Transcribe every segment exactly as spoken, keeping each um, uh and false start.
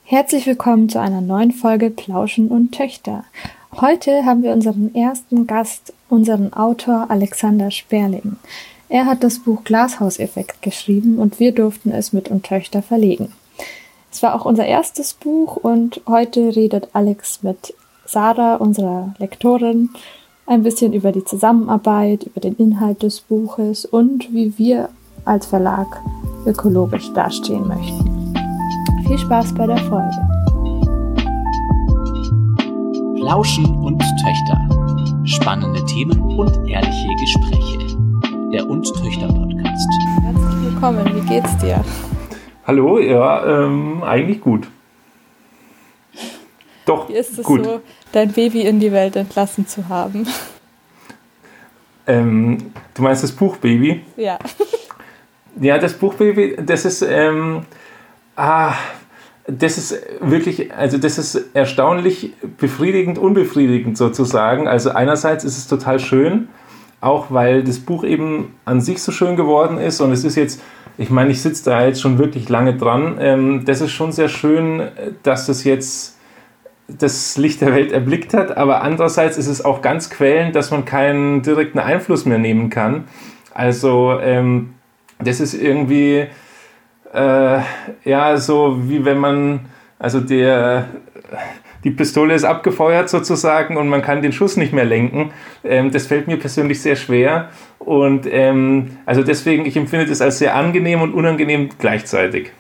Herzlich willkommen zu einer neuen Folge Plauschen und Töchter. Heute haben wir unseren ersten Gast, unseren Autor Alexander Sperling. Er hat das Buch Glashauseffekt geschrieben und wir durften es mit und Töchter verlegen. Es war auch unser erstes Buch und heute redet Alex mit Sarah, unserer Lektorin, ein bisschen über die Zusammenarbeit, über den Inhalt des Buches und wie wir als Verlag ökologisch dastehen möchten. Viel Spaß bei der Folge. Plauschen und Töchter. Spannende Themen und ehrliche Gespräche. Der Und Töchter Podcast. Herzlich willkommen, wie geht's dir? Hallo, ja, ähm, eigentlich gut. Doch, wie ist es gut. so, dein Baby in die Welt entlassen zu haben? Ähm, du meinst das Buchbaby? Ja. Ja, das Buchbaby, das ist, ähm, ah, das ist wirklich, also das ist erstaunlich befriedigend, unbefriedigend sozusagen. Also einerseits ist es total schön, auch weil das Buch eben an sich so schön geworden ist und es ist jetzt, ich meine, ich sitze da jetzt schon wirklich lange dran. Ähm, das ist schon sehr schön, dass es jetzt das Licht der Welt erblickt hat, aber andererseits ist es auch ganz quälend, dass man keinen direkten Einfluss mehr nehmen kann. Also ähm, das ist irgendwie äh, ja so wie wenn man, also der die Pistole ist abgefeuert sozusagen und man kann den Schuss nicht mehr lenken. Ähm, das fällt mir persönlich sehr schwer und ähm, also deswegen, ich empfinde das als sehr angenehm und unangenehm gleichzeitig.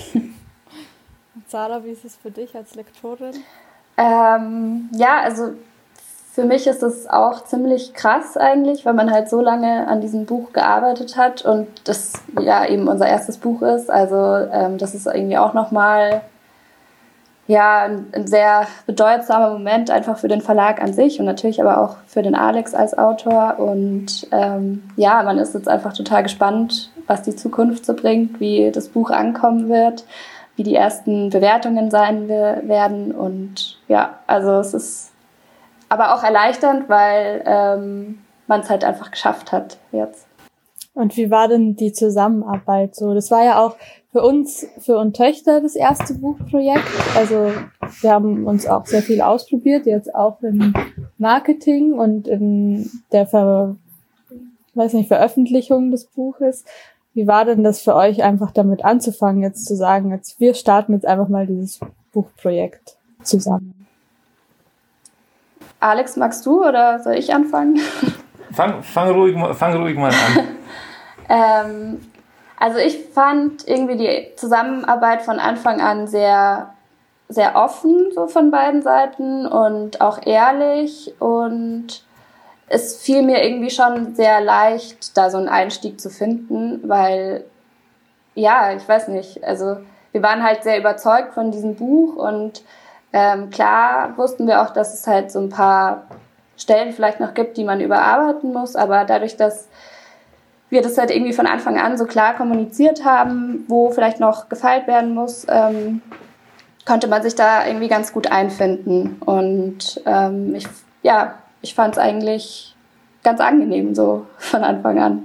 Sarah, wie ist es für dich als Lektorin? Ähm, ja, also für mich ist es auch ziemlich krass eigentlich, weil man halt so lange an diesem Buch gearbeitet hat und das ja eben unser erstes Buch ist. Also ähm, das ist irgendwie auch nochmal ja, ein, ein sehr bedeutsamer Moment einfach für den Verlag an sich und natürlich aber auch für den Alex als Autor. Und ähm, ja, man ist jetzt einfach total gespannt, was die Zukunft so bringt, wie das Buch ankommen wird, wie die ersten Bewertungen sein werden. Und ja, also es ist aber auch erleichternd, weil ähm, man es halt einfach geschafft hat jetzt. Und wie war denn die Zusammenarbeit so? Das war ja auch für uns, für und Töchter das erste Buchprojekt. Also wir haben uns auch sehr viel ausprobiert, jetzt auch im Marketing und in der Ver, weiß nicht, Veröffentlichung des Buches. Wie war denn das für euch, einfach damit anzufangen, jetzt zu sagen, jetzt wir starten jetzt einfach mal dieses Buchprojekt zusammen? Alex, magst du oder soll ich anfangen? Fang, fang, ruhig, fang ruhig mal an. ähm, also ich fand irgendwie die Zusammenarbeit von Anfang an sehr, sehr offen so von beiden Seiten und auch ehrlich und es fiel mir irgendwie schon sehr leicht, da so einen Einstieg zu finden, weil, ja, ich weiß nicht, also wir waren halt sehr überzeugt von diesem Buch und ähm, klar wussten wir auch, dass es halt so ein paar Stellen vielleicht noch gibt, die man überarbeiten muss, aber dadurch, dass wir das halt irgendwie von Anfang an so klar kommuniziert haben, wo vielleicht noch gefeilt werden muss, ähm, konnte man sich da irgendwie ganz gut einfinden und ähm, ich, ja, ich fand es eigentlich ganz angenehm so von Anfang an.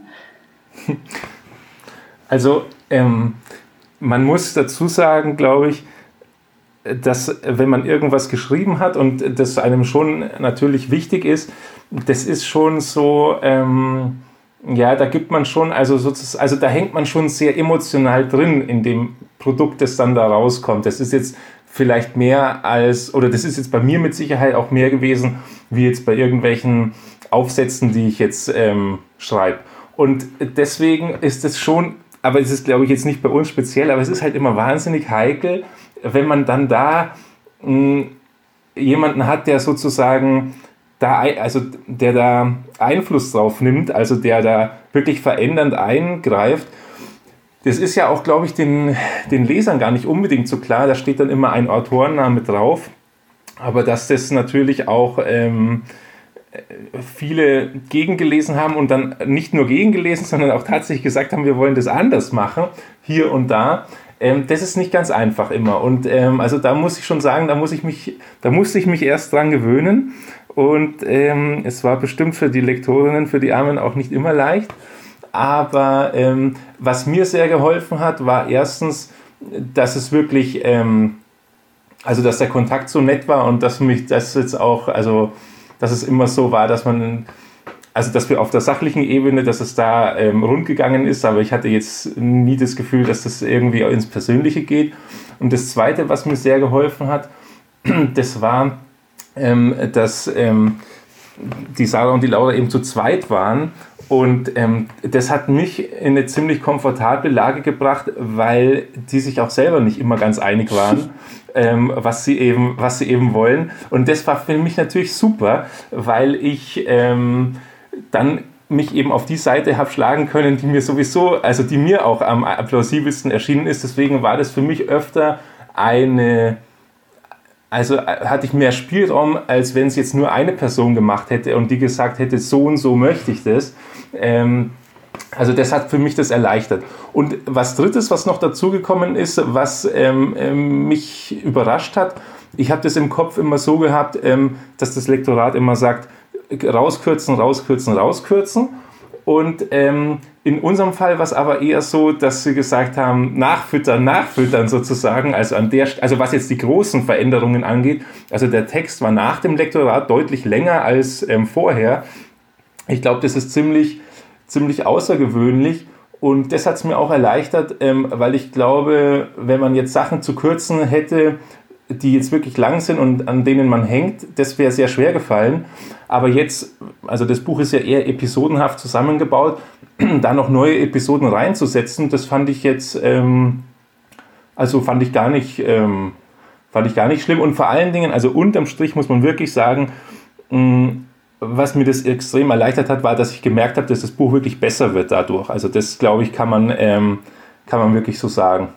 Also ähm, man muss dazu sagen, glaube ich, dass wenn man irgendwas geschrieben hat und das einem schon natürlich wichtig ist, das ist schon so, ähm, ja, da gibt man schon, also sozusagen, also da hängt man schon sehr emotional drin in dem Produkt, das dann da rauskommt. Das ist jetzt vielleicht mehr als, oder das ist jetzt bei mir mit Sicherheit auch mehr gewesen, wie jetzt bei irgendwelchen Aufsätzen, die ich jetzt ähm, schreibe. Und deswegen ist es schon, aber es ist, glaube ich, jetzt nicht bei uns speziell, aber es ist halt immer wahnsinnig heikel, wenn man dann da mh, jemanden hat, der sozusagen da, also der da Einfluss drauf nimmt, also der da wirklich verändernd eingreift. Das ist ja auch, glaube ich, den, den Lesern gar nicht unbedingt so klar. Da steht dann immer ein Autorenname drauf. Aber dass das natürlich auch ähm, viele gegengelesen haben und dann nicht nur gegengelesen, sondern auch tatsächlich gesagt haben, wir wollen das anders machen, hier und da. Ähm, das ist nicht ganz einfach immer. Und ähm, also da muss ich schon sagen, da muss ich mich, da musste ich mich erst dran gewöhnen. Und ähm, es war bestimmt für die Lektorinnen, für die Armen auch nicht immer leicht. Aber ähm, was mir sehr geholfen hat, war erstens, dass es wirklich ähm, also dass der Kontakt so nett war und dass mich das jetzt auch, also dass es immer so war, dass man, also dass wir auf der sachlichen Ebene, dass es da ähm, rund gegangen ist, aber ich hatte jetzt nie das Gefühl, dass das irgendwie ins Persönliche geht. Und das Zweite, was mir sehr geholfen hat, das war, ähm, dass ähm, die Sarah und die Laura eben zu zweit waren. Und ähm, das hat mich in eine ziemlich komfortable Lage gebracht, weil die sich auch selber nicht immer ganz einig waren, ähm, was sie eben, was sie eben wollen. Und das war für mich natürlich super, weil ich ähm, dann mich eben auf die Seite habe schlagen können, die mir sowieso, also die mir auch am plausibelsten erschienen ist. Deswegen war das für mich öfter eine, also hatte ich mehr Spielraum, als wenn es jetzt nur eine Person gemacht hätte und die gesagt hätte, so und so möchte ich das. Ähm, also das hat für mich das erleichtert. Und was Drittes, was noch dazugekommen ist, was ähm, ähm, mich überrascht hat, ich habe das im Kopf immer so gehabt, ähm, dass das Lektorat immer sagt, rauskürzen, rauskürzen, rauskürzen. Und ähm, in unserem Fall war es aber eher so, dass sie gesagt haben, nachfüttern, nachfüttern sozusagen, also an der, also was jetzt die großen Veränderungen angeht. Also der Text war nach dem Lektorat deutlich länger als ähm, vorher. Ich glaube, das ist ziemlich, ziemlich außergewöhnlich und das hat es mir auch erleichtert, ähm, weil ich glaube, wenn man jetzt Sachen zu kürzen hätte, die jetzt wirklich lang sind und an denen man hängt, das wäre sehr schwer gefallen. Aber jetzt, also das Buch ist ja eher episodenhaft zusammengebaut, da noch neue Episoden reinzusetzen, das fand ich jetzt, ähm, also fand ich gar nicht, ähm, fand ich gar nicht schlimm. Und vor allen Dingen, also unterm Strich muss man wirklich sagen, mh, was mir das extrem erleichtert hat, war, dass ich gemerkt habe, dass das Buch wirklich besser wird dadurch. Also das, glaube ich, kann man, ähm, kann man wirklich so sagen.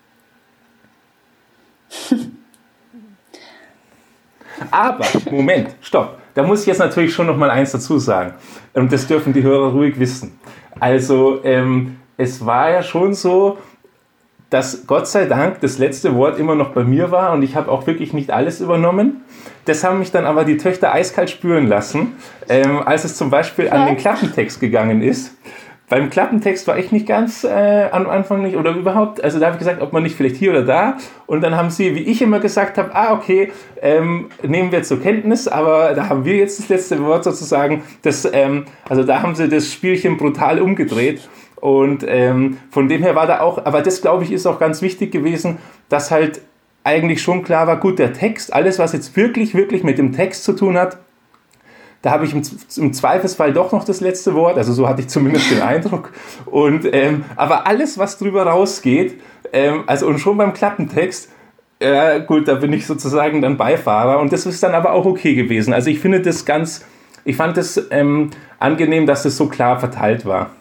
Aber, Moment, stopp. Da muss ich jetzt natürlich schon noch mal eins dazu sagen. Und das dürfen die Hörer ruhig wissen. Also, ähm, es war ja schon so, dass Gott sei Dank das letzte Wort immer noch bei mir war und ich habe auch wirklich nicht alles übernommen. Das haben mich dann aber die Töchter eiskalt spüren lassen, ähm, als es zum Beispiel an den Klappentext gegangen ist. Beim Klappentext war ich nicht ganz äh, am Anfang nicht oder überhaupt, also da habe ich gesagt, ob man nicht vielleicht hier oder da und dann haben sie, wie ich immer gesagt habe, ah okay, ähm, nehmen wir zur Kenntnis, aber da haben wir jetzt das letzte Wort sozusagen, das, ähm, also da haben sie das Spielchen brutal umgedreht und ähm, von dem her war da auch, aber das glaube ich ist auch ganz wichtig gewesen, dass halt eigentlich schon klar war, gut, der Text, alles was jetzt wirklich, wirklich mit dem Text zu tun hat, da habe ich im, im Zweifelsfall doch noch das letzte Wort, also so hatte ich zumindest den Eindruck. Und, ähm, aber alles, was drüber rausgeht, ähm, also und schon beim Klappentext, äh, gut, da bin ich sozusagen dann Beifahrer und das ist dann aber auch okay gewesen. Also ich finde das ganz, ich fand das ähm, angenehm, dass das so klar verteilt war.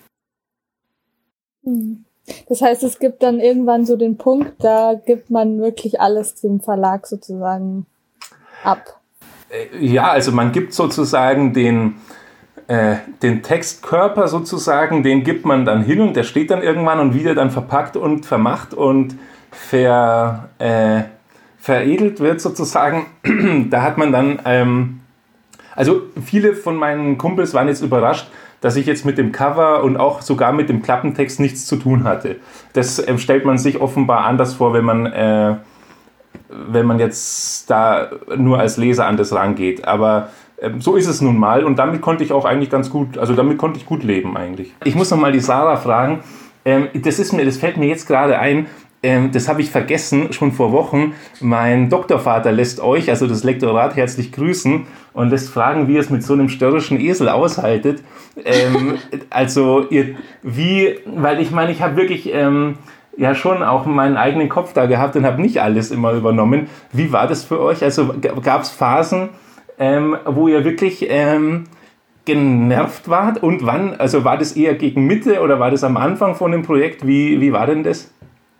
Das heißt, es gibt dann irgendwann so den Punkt, da gibt man wirklich alles dem Verlag sozusagen ab. Ja, also man gibt sozusagen den, äh, den Textkörper sozusagen, den gibt man dann hin und der steht dann irgendwann und wieder dann verpackt und vermacht und ver, äh, veredelt wird sozusagen. Da hat man dann, ähm, also viele von meinen Kumpels waren jetzt überrascht, dass ich jetzt mit dem Cover und auch sogar mit dem Klappentext nichts zu tun hatte. Das äh, stellt man sich offenbar anders vor, wenn man... Äh, wenn man jetzt da nur als Leser an das rangeht. Aber ähm, so ist es nun mal und damit konnte ich auch eigentlich ganz gut, also damit konnte ich gut leben eigentlich. Ich muss noch mal die Sarah fragen, ähm, das ist mir, das fällt mir jetzt gerade ein, ähm, das habe ich vergessen, schon vor Wochen. Mein Doktorvater lässt euch, also das Lektorat, herzlich grüßen und lässt fragen, wie ihr es mit so einem störrischen Esel aushaltet. Ähm, also ihr, wie, weil ich meine, ich habe wirklich... Ähm, ja schon auch meinen eigenen Kopf da gehabt und habe nicht alles immer übernommen. Wie war das für euch? Also gab es Phasen, ähm, wo ihr wirklich ähm, genervt wart und wann? Also war das eher gegen Mitte oder war das am Anfang von dem Projekt? Wie, wie war denn das?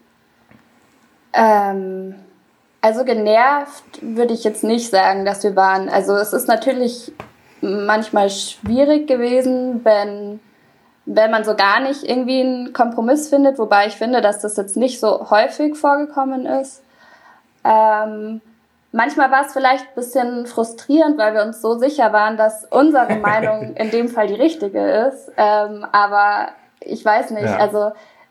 Ähm, also genervt würde ich jetzt nicht sagen, dass wir waren. Also es ist natürlich manchmal schwierig gewesen, wenn... wenn man so gar nicht irgendwie einen Kompromiss findet, wobei ich finde, dass das jetzt nicht so häufig vorgekommen ist. Ähm, manchmal war es vielleicht ein bisschen frustrierend, weil wir uns so sicher waren, dass unsere Meinung in dem Fall die richtige ist. Ähm, aber ich weiß nicht, ja. Also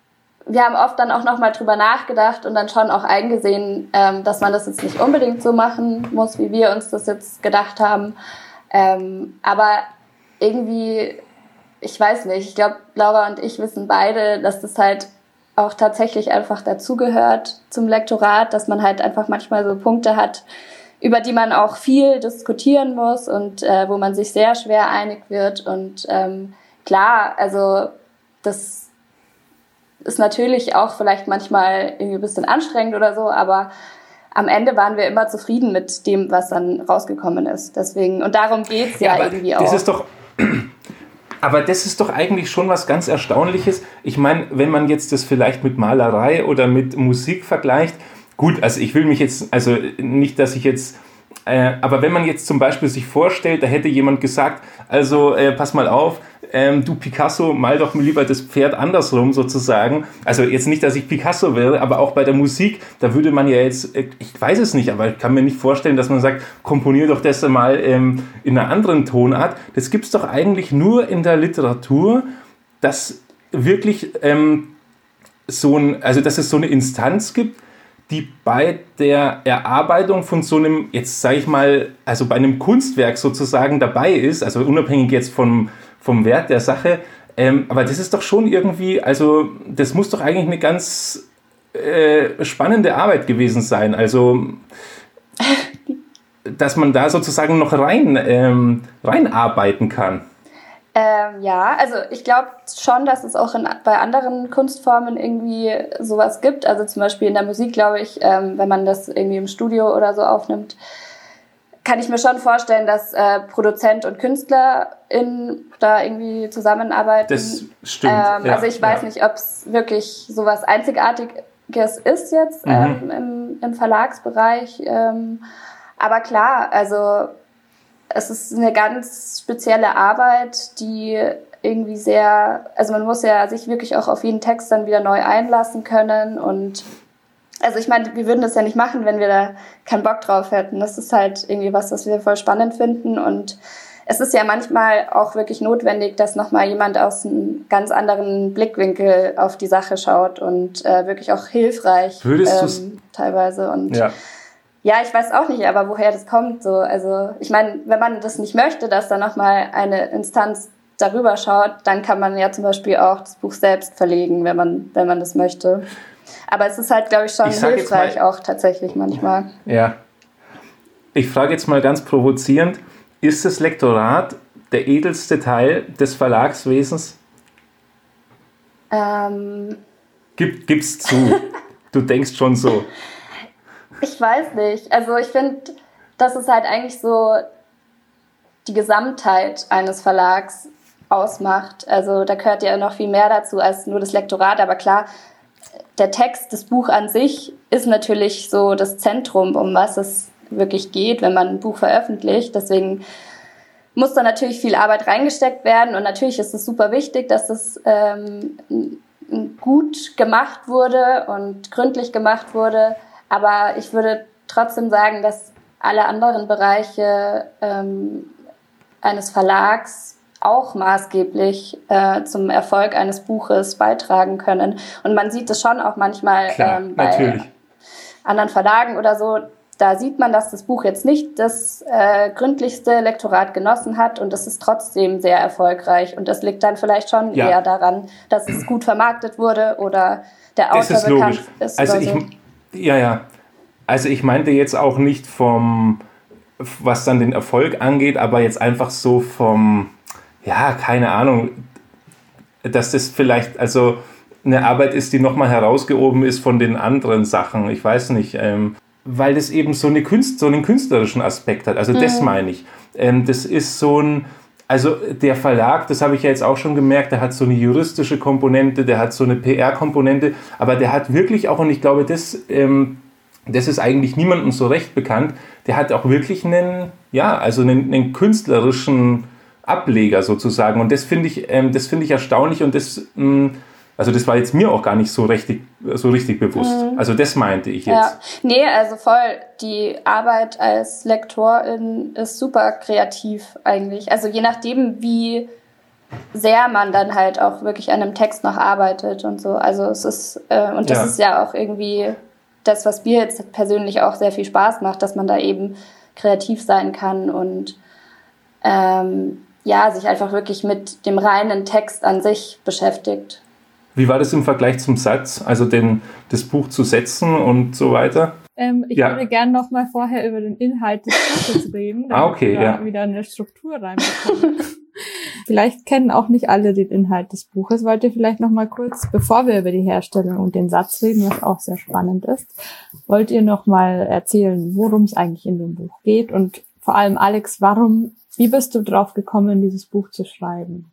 wir haben oft dann auch nochmal drüber nachgedacht und dann schon auch eingesehen, ähm, dass man das jetzt nicht unbedingt so machen muss, wie wir uns das jetzt gedacht haben. Ähm, aber irgendwie, ich weiß nicht, ich glaube, Laura und ich wissen beide, dass das halt auch tatsächlich einfach dazugehört zum Lektorat, dass man halt einfach manchmal so Punkte hat, über die man auch viel diskutieren muss und äh, wo man sich sehr schwer einig wird. Und ähm, klar, also das ist natürlich auch vielleicht manchmal irgendwie ein bisschen anstrengend oder so, aber am Ende waren wir immer zufrieden mit dem, was dann rausgekommen ist. Deswegen, und darum geht's ja, ja irgendwie auch. Das ist doch, aber das ist doch eigentlich schon was ganz Erstaunliches. Ich meine, wenn man jetzt das vielleicht mit Malerei oder mit Musik vergleicht, gut, also ich will mich jetzt, also nicht, dass ich jetzt, äh, aber wenn man jetzt zum Beispiel sich vorstellt, da hätte jemand gesagt, also äh, pass mal auf, ähm, du Picasso, mal doch lieber das Pferd andersrum sozusagen. Also jetzt nicht, dass ich Picasso wäre, aber auch bei der Musik, da würde man ja jetzt, äh, ich weiß es nicht, aber ich kann mir nicht vorstellen, dass man sagt, komponier doch das mal ähm, in einer anderen Tonart. Das gibt es doch eigentlich nur in der Literatur, dass wirklich ähm, so ein, also dass es so eine Instanz gibt, die bei der Erarbeitung von so einem, jetzt sage ich mal, also bei einem Kunstwerk sozusagen dabei ist, also unabhängig jetzt vom, vom Wert der Sache, ähm, aber das ist doch schon irgendwie, also das muss doch eigentlich eine ganz äh, spannende Arbeit gewesen sein, also dass man da sozusagen noch rein ähm, reinarbeiten kann. Ähm, ja, also ich glaube schon, dass es auch in, bei anderen Kunstformen irgendwie sowas gibt. Also zum Beispiel in der Musik, glaube ich, ähm, wenn man das irgendwie im Studio oder so aufnimmt, kann ich mir schon vorstellen, dass äh, Produzent und Künstlerin da irgendwie zusammenarbeiten. Das stimmt. Ähm, ja, also ich weiß ja. nicht, ob es wirklich sowas Einzigartiges ist jetzt Mhm. ähm, im, im Verlagsbereich. Ähm, aber klar, also es ist eine ganz spezielle Arbeit, die irgendwie sehr, also man muss ja sich wirklich auch auf jeden Text dann wieder neu einlassen können und also ich meine, wir würden das ja nicht machen, wenn wir da keinen Bock drauf hätten. Das ist halt irgendwie was, was wir voll spannend finden und es ist ja manchmal auch wirklich notwendig, dass nochmal jemand aus einem ganz anderen Blickwinkel auf die Sache schaut und äh, wirklich auch hilfreich ähm, teilweise und ja. Ja, ich weiß auch nicht, aber woher das kommt. So, also ich meine, wenn man das nicht möchte, dass da nochmal eine Instanz darüber schaut, dann kann man ja zum Beispiel auch das Buch selbst verlegen, wenn man, wenn man das möchte. Aber es ist halt, glaube ich, schon ich hilfreich mal, auch tatsächlich manchmal. Ja. Ich frage jetzt mal ganz provozierend, ist das Lektorat der edelste Teil des Verlagswesens? Ähm. Gib, gib's zu. Du denkst schon so. Ich weiß nicht. Also ich finde, dass es halt eigentlich so die Gesamtheit eines Verlags ausmacht. Also da gehört ja noch viel mehr dazu als nur das Lektorat. Aber klar, der Text, das Buch an sich ist natürlich so das Zentrum, um was es wirklich geht, wenn man ein Buch veröffentlicht. Deswegen muss da natürlich viel Arbeit reingesteckt werden. Und natürlich ist es super wichtig, dass das ähm, gut gemacht wurde und gründlich gemacht wurde. Aber ich würde trotzdem sagen, dass alle anderen Bereiche ähm, eines Verlags auch maßgeblich äh, zum Erfolg eines Buches beitragen können. Und man sieht es schon auch manchmal Klar, ähm, bei natürlich. anderen Verlagen oder so. Da sieht man, dass das Buch jetzt nicht das äh, gründlichste Lektorat genossen hat und es ist trotzdem sehr erfolgreich. Und das liegt dann vielleicht schon Ja. eher daran, dass es gut vermarktet wurde oder der Das Autor ist bekannt logisch. ist Also oder ich, so. ja, ja. Also ich meinte jetzt auch nicht vom, was dann den Erfolg angeht, aber jetzt einfach so vom, ja, keine Ahnung, dass das vielleicht also eine Arbeit ist, die nochmal herausgehoben ist von den anderen Sachen. Ich weiß nicht, ähm, weil das eben so, eine Künst, so einen künstlerischen Aspekt hat. Also das Mhm. meine ich. Ähm, das ist so ein, also der Verlag, das habe ich ja jetzt auch schon gemerkt, der hat so eine juristische Komponente, der hat so eine P R-Komponente, aber der hat wirklich auch, und ich glaube, das, ähm, das ist eigentlich niemandem so recht bekannt, der hat auch wirklich einen, ja, also einen, einen künstlerischen Ableger sozusagen. Und das finde ich, ähm, das finde ich erstaunlich und das, mh, also das war jetzt mir auch gar nicht so richtig, so richtig bewusst. Mhm. Also das meinte ich jetzt. Ja, nee, also voll. Die Arbeit als Lektorin ist super kreativ eigentlich. Also je nachdem, wie sehr man dann halt auch wirklich an einem Text noch arbeitet und so. Also es ist, äh, und das ja. ist ja auch irgendwie das, was mir jetzt persönlich auch sehr viel Spaß macht, dass man da eben kreativ sein kann und ähm, ja, sich einfach wirklich mit dem reinen Text an sich beschäftigt. Wie war das im Vergleich zum Satz, also den, das Buch zu setzen und so weiter? Ähm, ich ja. würde gerne noch mal vorher über den Inhalt des Buches reden, damit ah, okay, wir ja. wieder eine Struktur reinbekommen. Vielleicht kennen auch nicht alle den Inhalt des Buches. Wollt ihr vielleicht noch mal kurz, bevor wir über die Herstellung und den Satz reden, was auch sehr spannend ist, wollt ihr noch mal erzählen, worum es eigentlich in dem Buch geht und vor allem Alex, warum, wie bist du drauf gekommen, dieses Buch zu schreiben?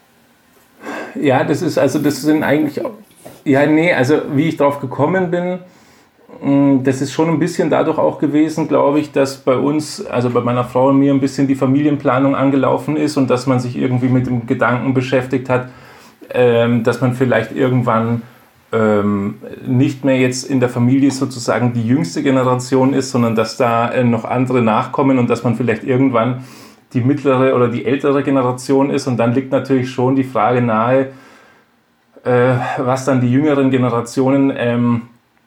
Ja, das ist also, das sind eigentlich, ja, nee, also wie ich drauf gekommen bin, das ist schon ein bisschen dadurch auch gewesen, glaube ich, dass bei uns, also bei meiner Frau und mir ein bisschen die Familienplanung angelaufen ist und dass man sich irgendwie mit dem Gedanken beschäftigt hat, ähm, dass man vielleicht irgendwann ähm, nicht mehr jetzt in der Familie sozusagen die jüngste Generation ist, sondern dass da äh, noch andere nachkommen und dass man vielleicht irgendwann die mittlere oder die ältere Generation ist. Und dann liegt natürlich schon die Frage nahe, äh, was dann die jüngeren Generationen ähm,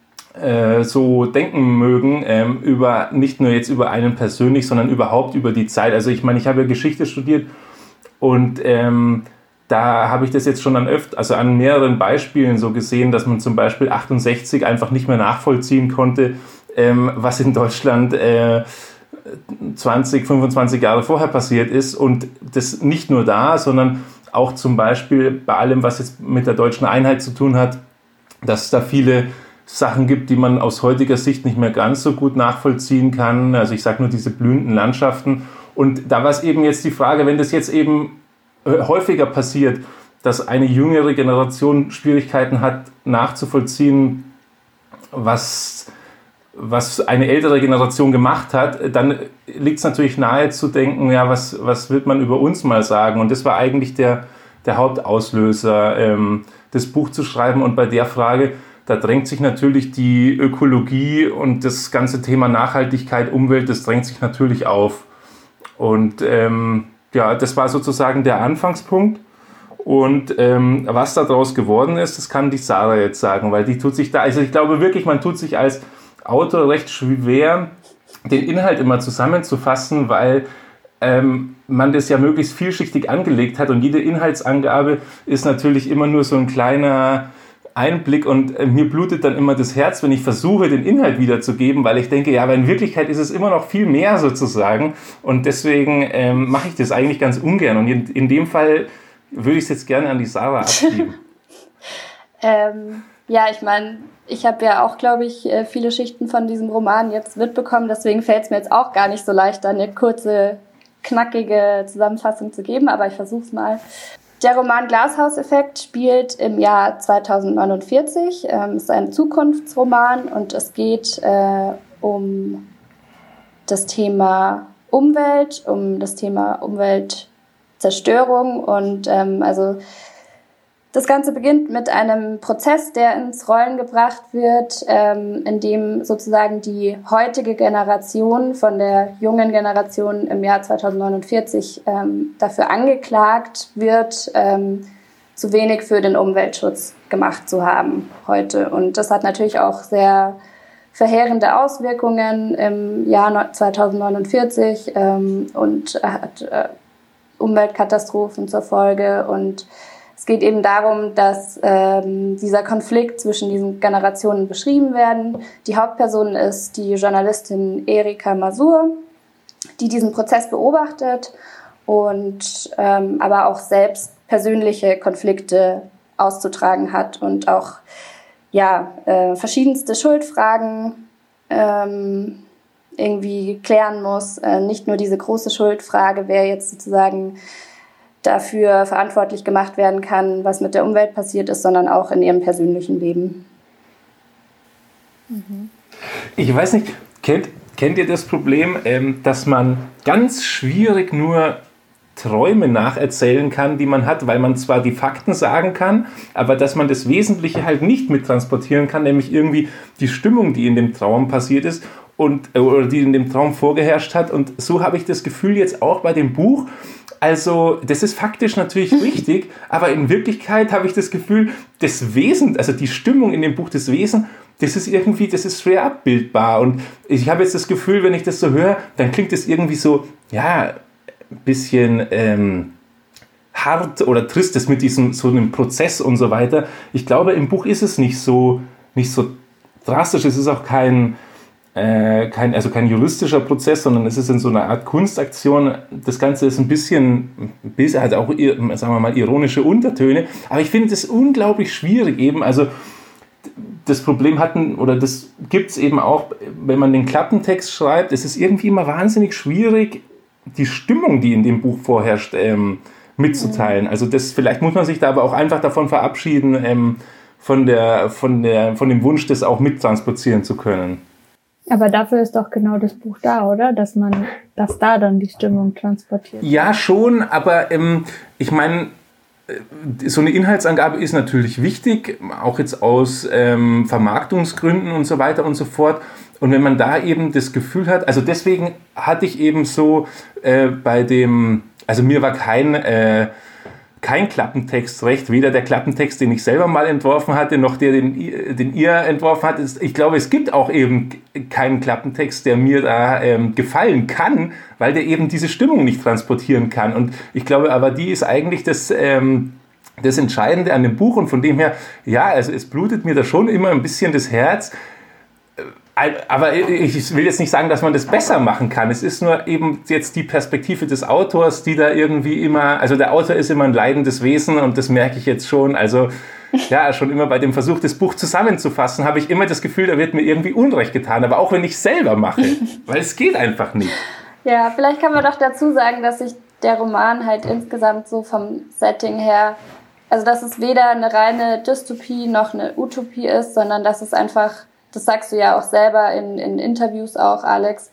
so denken mögen, ähm, über nicht nur jetzt über einen persönlich, sondern überhaupt über die Zeit. Also ich meine, ich habe ja Geschichte studiert und ähm, da habe ich das jetzt schon an öfter, also an mehreren Beispielen so gesehen, dass man zum Beispiel achtundsechzig einfach nicht mehr nachvollziehen konnte, ähm, was in Deutschland äh, zwanzig, fünfundzwanzig Jahre vorher passiert ist und das nicht nur da, sondern auch zum Beispiel bei allem, was jetzt mit der deutschen Einheit zu tun hat, dass es da viele Sachen gibt, die man aus heutiger Sicht nicht mehr ganz so gut nachvollziehen kann. Also ich sage nur diese blühenden Landschaften. Und da war es eben jetzt die Frage, wenn das jetzt eben häufiger passiert, dass eine jüngere Generation Schwierigkeiten hat nachzuvollziehen, was, was eine ältere Generation gemacht hat, dann liegt es natürlich nahe zu denken, ja, was, was wird man über uns mal sagen? Und das war eigentlich der, der Hauptauslöser, ähm, das Buch zu schreiben. Und bei der Frage, da drängt sich natürlich die Ökologie und das ganze Thema Nachhaltigkeit, Umwelt, das drängt sich natürlich auf. Und ähm, ja, das war sozusagen der Anfangspunkt. Und ähm, was daraus geworden ist, das kann die Sarah jetzt sagen, weil die tut sich da, also ich glaube wirklich, man tut sich als Autor recht schwer, den Inhalt immer zusammenzufassen, weil ähm, man das ja möglichst vielschichtig angelegt hat und jede Inhaltsangabe ist natürlich immer nur so ein kleiner Einblick und äh, mir blutet dann immer das Herz, wenn ich versuche, den Inhalt wiederzugeben, weil ich denke, ja, aber in Wirklichkeit ist es immer noch viel mehr sozusagen und deswegen ähm, mache ich das eigentlich ganz ungern und in, in dem Fall würde ich es jetzt gerne an die Sarah abgeben. ähm, ja, ich meine, ich habe ja auch, glaube ich, viele Schichten von diesem Roman jetzt mitbekommen, deswegen fällt es mir jetzt auch gar nicht so leicht, da eine kurze, knackige Zusammenfassung zu geben, aber ich versuche es mal. Der Roman Glashauseffekt spielt im Jahr zweitausendneunundvierzig, ähm, ist ein Zukunftsroman und es geht äh, um das Thema Umwelt, um das Thema Umweltzerstörung und ähm, also das Ganze beginnt mit einem Prozess, der ins Rollen gebracht wird, ähm, in dem sozusagen die heutige Generation von der jungen Generation im Jahr zweitausendneunundvierzig ähm, dafür angeklagt wird, ähm, zu wenig für den Umweltschutz gemacht zu haben heute. Und das hat natürlich auch sehr verheerende Auswirkungen im Jahr zweitausendneunundvierzig ähm, und hat äh, Umweltkatastrophen zur Folge. Und es geht eben darum, dass ähm, dieser Konflikt zwischen diesen Generationen beschrieben werden. Die Hauptperson ist die Journalistin Erika Masur, die diesen Prozess beobachtet und ähm, aber auch selbst persönliche Konflikte auszutragen hat und auch ja äh, verschiedenste Schuldfragen ähm, irgendwie klären muss. Äh, nicht nur diese große Schuldfrage, wer jetzt sozusagen dafür verantwortlich gemacht werden kann, was mit der Umwelt passiert ist, sondern auch in ihrem persönlichen Leben. Ich weiß nicht, kennt, kennt ihr das Problem, ähm, dass man ganz schwierig nur Träume nacherzählen kann, die man hat, weil man zwar die Fakten sagen kann, aber dass man das Wesentliche halt nicht mittransportieren kann, nämlich irgendwie die Stimmung, die in dem Traum passiert ist und oder die in dem Traum vorgeherrscht hat. Und so habe ich das Gefühl jetzt auch bei dem Buch. also das ist faktisch natürlich richtig, aber in Wirklichkeit habe ich das Gefühl, das Wesen, also die Stimmung in dem Buch, das Wesen, das ist irgendwie, das ist schwer abbildbar. Und ich habe jetzt das Gefühl, wenn ich das so höre, dann klingt es irgendwie so, ja, ein bisschen ähm, hart oder trist, das mit diesem so einem Prozess und so weiter. Ich glaube, im Buch ist es nicht so, nicht so drastisch. Es ist auch kein, äh, kein, also kein juristischer Prozess, sondern es ist in so einer Art Kunstaktion. Das Ganze ist ein bisschen, ein bisschen hat auch, sagen wir mal, ironische Untertöne. Aber ich finde es unglaublich schwierig eben, also das Problem hatten, oder das gibt es eben auch, wenn man den Klappentext schreibt, es ist irgendwie immer wahnsinnig schwierig, die Stimmung, die in dem Buch vorherrscht, ähm, mitzuteilen. Also das, vielleicht muss man sich da aber auch einfach davon verabschieden, ähm, von, der, von, der, von dem Wunsch, das auch mittransportieren zu können. Aber dafür ist doch genau das Buch da, oder? Dass man, dass da dann die Stimmung transportiert. Ja, schon, aber ähm, ich meine, so eine Inhaltsangabe ist natürlich wichtig, auch jetzt aus ähm, Vermarktungsgründen und so weiter und so fort. Und wenn man da eben das Gefühl hat, also deswegen hatte ich eben so äh, bei dem, also mir war kein, äh, kein Klappentext recht, weder der Klappentext, den ich selber mal entworfen hatte, noch der, den, den ihr entworfen habt. Ich glaube, es gibt auch eben keinen Klappentext, der mir da ähm, gefallen kann, weil der eben diese Stimmung nicht transportieren kann. Und ich glaube aber, die ist eigentlich das, ähm, das Entscheidende an dem Buch. Und von dem her, ja, also es blutet mir da schon immer ein bisschen das Herz. Aber ich will jetzt nicht sagen, dass man das besser machen kann. Es ist nur eben jetzt die Perspektive des Autors, die da irgendwie immer, also der Autor ist immer ein leidendes Wesen und das merke ich jetzt schon. Also ja, schon immer bei dem Versuch, das Buch zusammenzufassen, habe ich immer das Gefühl, da wird mir irgendwie Unrecht getan. Aber auch wenn ich es selber mache, weil es geht einfach nicht. Ja, vielleicht kann man doch dazu sagen, dass sich der Roman halt insgesamt so vom Setting her, also dass es weder eine reine Dystopie noch eine Utopie ist, sondern dass es einfach, das sagst du ja auch selber in, in Interviews auch, Alex,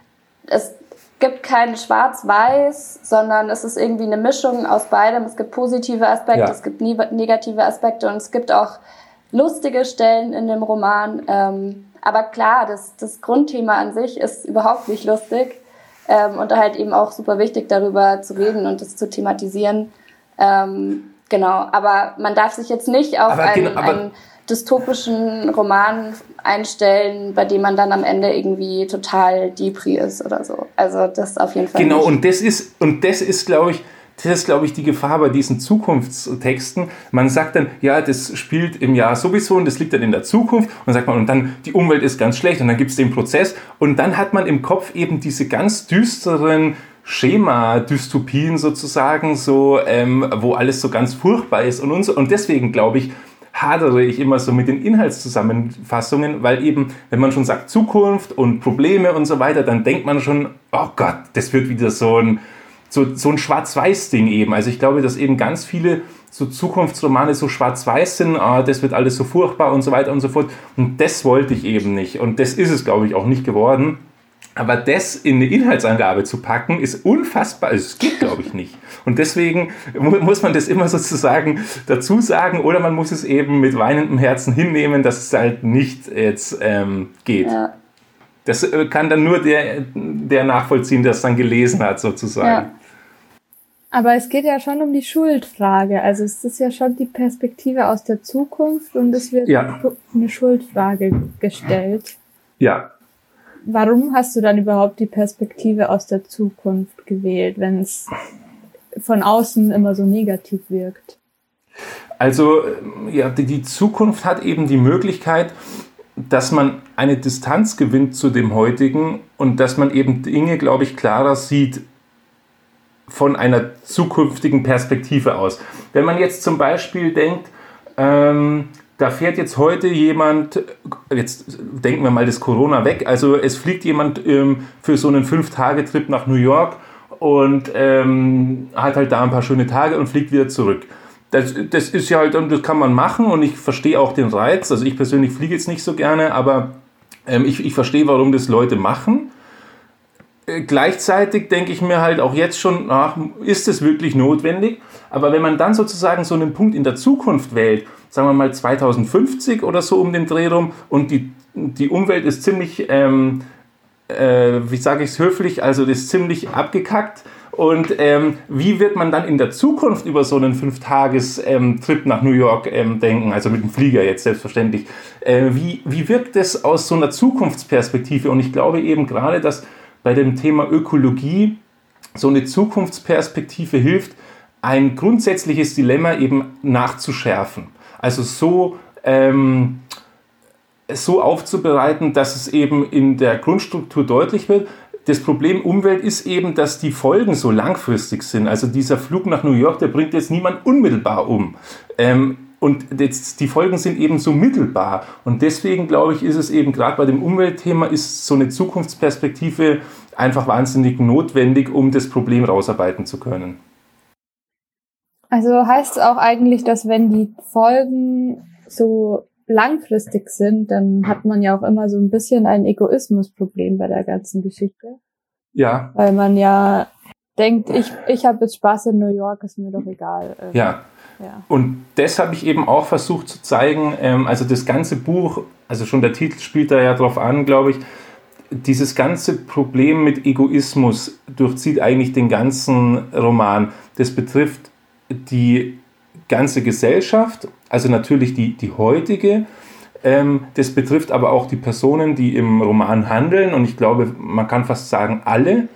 es gibt kein Schwarz-Weiß, sondern es ist irgendwie eine Mischung aus beidem. Es gibt positive Aspekte, ja. Es gibt negative Aspekte und es gibt auch lustige Stellen in dem Roman. Ähm, aber klar, das, das Grundthema an sich ist überhaupt nicht lustig ähm, und halt eben auch super wichtig, darüber zu reden und das zu thematisieren. Ähm, genau, aber man darf sich jetzt nicht auf einen, genau, einen dystopischen Roman einstellen, bei dem man dann am Ende irgendwie total Depri ist oder so. Also das auf jeden Fall. Genau, nicht. und das ist, und das ist, glaube ich, das ist, glaube ich, die Gefahr bei diesen Zukunftstexten. Man sagt dann, ja, das spielt im Jahr sowieso und das liegt dann in der Zukunft. Und dann sagt man, und dann die Umwelt ist ganz schlecht und dann gibt es den Prozess. Und dann hat man im Kopf eben diese ganz düsteren Schema-Dystopien sozusagen, so, ähm, wo alles so ganz furchtbar ist und, und so. Und deswegen, glaube ich, hadere ich immer so mit den Inhaltszusammenfassungen, weil eben, wenn man schon sagt Zukunft und Probleme und so weiter, dann denkt man schon, oh Gott, das wird wieder so ein, so, so ein Schwarz-Weiß-Ding eben. Also ich glaube, dass eben ganz viele so Zukunftsromane so schwarz-weiß sind, oh, das wird alles so furchtbar und so weiter und so fort. Und das wollte ich eben nicht. Und das ist es, glaube ich, auch nicht geworden. Aber das in eine Inhaltsangabe zu packen, ist unfassbar. Also es geht, glaube ich, nicht. Und deswegen muss man das immer sozusagen dazu sagen oder man muss es eben mit weinendem Herzen hinnehmen, dass es halt nicht jetzt ähm, geht. Ja. Das kann dann nur der, der nachvollziehen, der es dann gelesen hat, sozusagen. Ja. Aber es geht ja schon um die Schuldfrage. Also es ist ja schon die Perspektive aus der Zukunft und es wird ja. eine Schuldfrage gestellt. Ja. Warum hast du dann überhaupt die Perspektive aus der Zukunft gewählt, wenn es von außen immer so negativ wirkt? Also ja, die Zukunft hat eben die Möglichkeit, dass man eine Distanz gewinnt zu dem Heutigen und dass man eben Dinge, glaube ich, klarer sieht von einer zukünftigen Perspektive aus. Wenn man jetzt zum Beispiel denkt, ähm, da fährt jetzt heute jemand, jetzt denken wir mal das Corona weg, also es fliegt jemand ähm, für so einen Fünf-Tage-Trip nach New York und ähm, hat halt da ein paar schöne Tage und fliegt wieder zurück. Das, das ist ja halt, und das kann man machen und ich verstehe auch den Reiz, also ich persönlich fliege jetzt nicht so gerne, aber ähm, ich, ich verstehe, warum das Leute machen. Äh, gleichzeitig denke ich mir halt auch jetzt schon, ach, ist das wirklich notwendig? Aber wenn man dann sozusagen so einen Punkt in der Zukunft wählt, sagen wir mal zweitausendfünfzig oder so um den Dreh rum und die, die Umwelt ist ziemlich, ähm, äh, wie sage ich es höflich, also das ist ziemlich abgekackt Und ähm, wie wird man dann in der Zukunft über so einen Fünf-Tages-Trip nach New York ähm, denken, also mit dem Flieger jetzt selbstverständlich. Äh, wie, wie wirkt das aus so einer Zukunftsperspektive? Und ich glaube eben gerade, dass bei dem Thema Ökologie so eine Zukunftsperspektive hilft, ein grundsätzliches Dilemma eben nachzuschärfen. Also so, ähm, so aufzubereiten, dass es eben in der Grundstruktur deutlich wird. Das Problem Umwelt ist eben, dass die Folgen so langfristig sind. Also dieser Flug nach New York, der bringt jetzt niemand unmittelbar um. Ähm, und jetzt, die Folgen sind eben so mittelbar. Und deswegen, glaube ich, ist es eben gerade bei dem Umweltthema, ist so eine Zukunftsperspektive einfach wahnsinnig notwendig, um das Problem rausarbeiten zu können. Also heißt es auch eigentlich, dass wenn die Folgen so langfristig sind, dann hat man ja auch immer so ein bisschen ein Egoismusproblem bei der ganzen Geschichte. Ja. Weil man ja denkt, ich, ich habe jetzt Spaß in New York, ist mir doch egal. Ja. Ja. Und das habe ich eben auch versucht zu zeigen. Ähm, also das ganze Buch, also schon der Titel spielt da ja drauf an, glaube ich, dieses ganze Problem mit Egoismus durchzieht eigentlich den ganzen Roman. Das betrifft die ganze Gesellschaft, also natürlich die, die heutige. Ähm, das betrifft aber auch die Personen, die im Roman handeln. Und ich glaube, man kann fast sagen, alle.